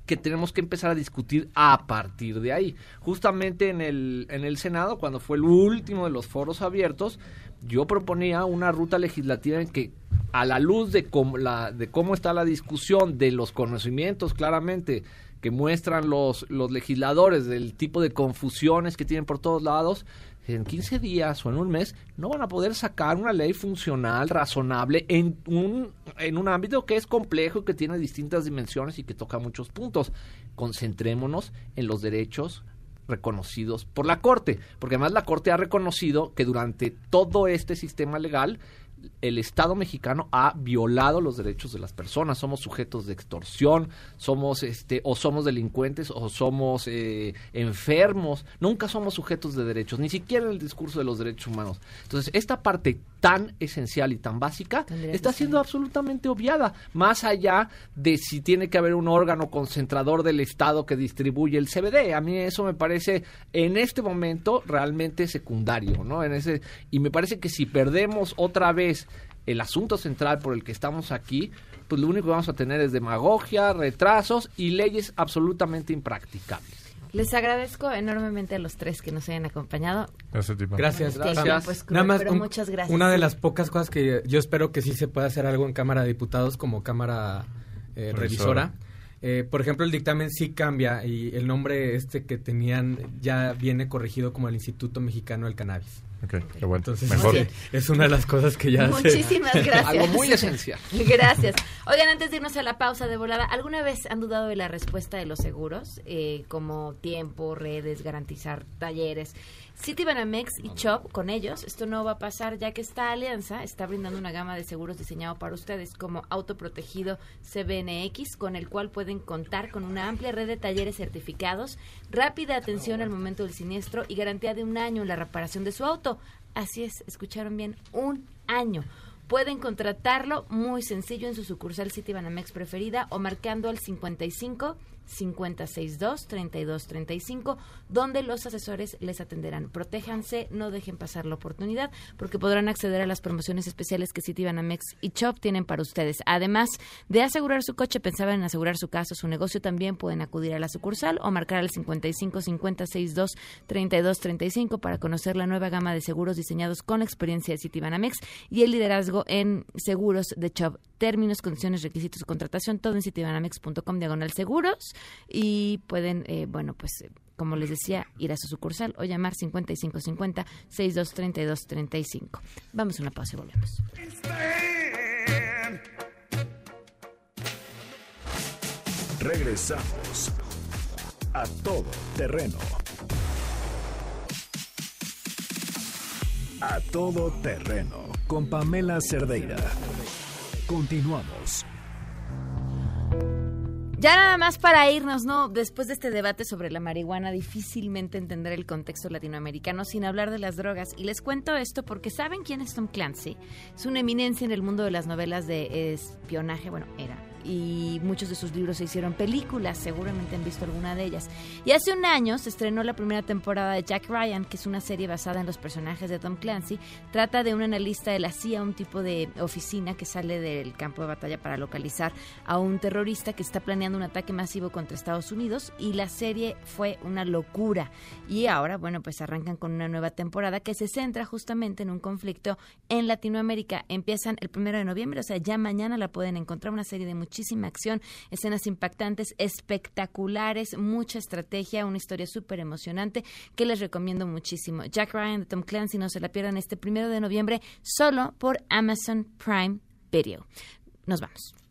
que tenemos que empezar a discutir a partir de ahí. Justamente en el, en el Senado, cuando fue el último de los foros abiertos, yo proponía una ruta legislativa en que, a la luz de cómo, la, de cómo está la discusión, de los conocimientos claramente que muestran los, los legisladores, del tipo de confusiones que tienen por todos lados, en quince días o en un mes no van a poder sacar una ley funcional, razonable, en un, en un ámbito que es complejo, que tiene distintas dimensiones y que toca muchos puntos. Concentrémonos en los derechos reconocidos por la Corte, porque además la Corte ha reconocido que durante todo este sistema legal el Estado mexicano ha violado los derechos de las personas. Somos sujetos de extorsión, somos este o somos delincuentes o somos eh, enfermos. Nunca somos sujetos de derechos, ni siquiera en el discurso de los derechos humanos. Entonces, esta parte tan esencial y tan básica está siendo absolutamente obviada, más allá de si tiene que haber un órgano concentrador del Estado que distribuye el C B D. A mí eso me parece en este momento realmente secundario, ¿no? En ese y me parece que si perdemos otra vez el asunto central por el que estamos aquí, pues lo único que vamos a tener es demagogia, retrasos y leyes absolutamente impracticables. Les agradezco enormemente a los tres que nos hayan acompañado. Gracias, Gracias. gracias. Pues, Nada más, un, muchas gracias. Una de las pocas cosas que yo espero que sí se pueda hacer algo en Cámara de Diputados como Cámara eh, revisora. Eh, por ejemplo, el dictamen sí cambia y el nombre este que tenían ya viene corregido como el Instituto Mexicano del Cannabis. Okay, qué bueno. Entonces, mejor. Sí, es una de las cosas que ya Muchísimas se... gracias. Algo muy esencial. Gracias. Oigan, antes de irnos a la pausa de volada, ¿alguna vez han dudado de la respuesta de los seguros? Eh, como tiempo, redes, garantizar talleres. Citibanamex y Chubb, con ellos, esto no va a pasar, ya que esta alianza está brindando una gama de seguros diseñado para ustedes, como Autoprotegido C B N X, con el cual pueden contar con una amplia red de talleres certificados, rápida atención al momento del siniestro y garantía de un año en la reparación de su auto. Así es, escucharon bien, un año. Pueden contratarlo muy sencillo en su sucursal Citibanamex preferida o marcando al cincuenta y cinco, cincuenta sesenta y dos, treinta y dos treinta y cinco, donde los asesores les atenderán. Protéjanse, no dejen pasar la oportunidad, porque podrán acceder a las promociones especiales que Citibanamex y Chubb tienen para ustedes. Además de asegurar su coche, pensaban en asegurar su casa o su negocio, también pueden acudir a la sucursal o marcar al cincuenta y cinco, cincuenta sesenta y dos, treinta y dos treinta y cinco para conocer la nueva gama de seguros diseñados con la experiencia de Citibanamex y el liderazgo en seguros de Chubb. Términos, condiciones, requisitos de contratación, todo en citibanamex punto com diagonal seguros, y pueden, eh, bueno, pues, eh, como les decía, ir a su sucursal o llamar cincuenta y cinco cincuenta, sesenta y dos treinta y dos treinta y cinco. Vamos a una pausa y volvemos. Regresamos a Todo Terreno. A Todo Terreno con Pamela Cerdeira. Continuamos. Ya nada más para irnos, ¿no? Después de este debate sobre la marihuana, difícilmente entender el contexto latinoamericano sin hablar de las drogas. Y les cuento esto porque ¿saben quién es Tom Clancy? Es una eminencia en el mundo de las novelas de espionaje, bueno, era. Y muchos de sus libros se hicieron películas, seguramente han visto alguna de ellas. Y hace un año se estrenó la primera temporada de Jack Ryan, que es una serie basada en los personajes de Tom Clancy. Trata de un analista de la C I A, un tipo de oficina que sale del campo de batalla para localizar a un terrorista que está planeando un ataque masivo contra Estados Unidos, y la serie fue una locura. Y ahora, bueno, pues arrancan con una nueva temporada que se centra justamente en un conflicto en Latinoamérica. Empiezan el primero de noviembre, o sea, ya mañana la pueden encontrar, una serie de muchísima acción, escenas impactantes, espectaculares, mucha estrategia, una historia súper emocionante que les recomiendo muchísimo. Jack Ryan de Tom Clancy, no se la pierdan este primero de noviembre solo por Amazon Prime Video. Nos vamos.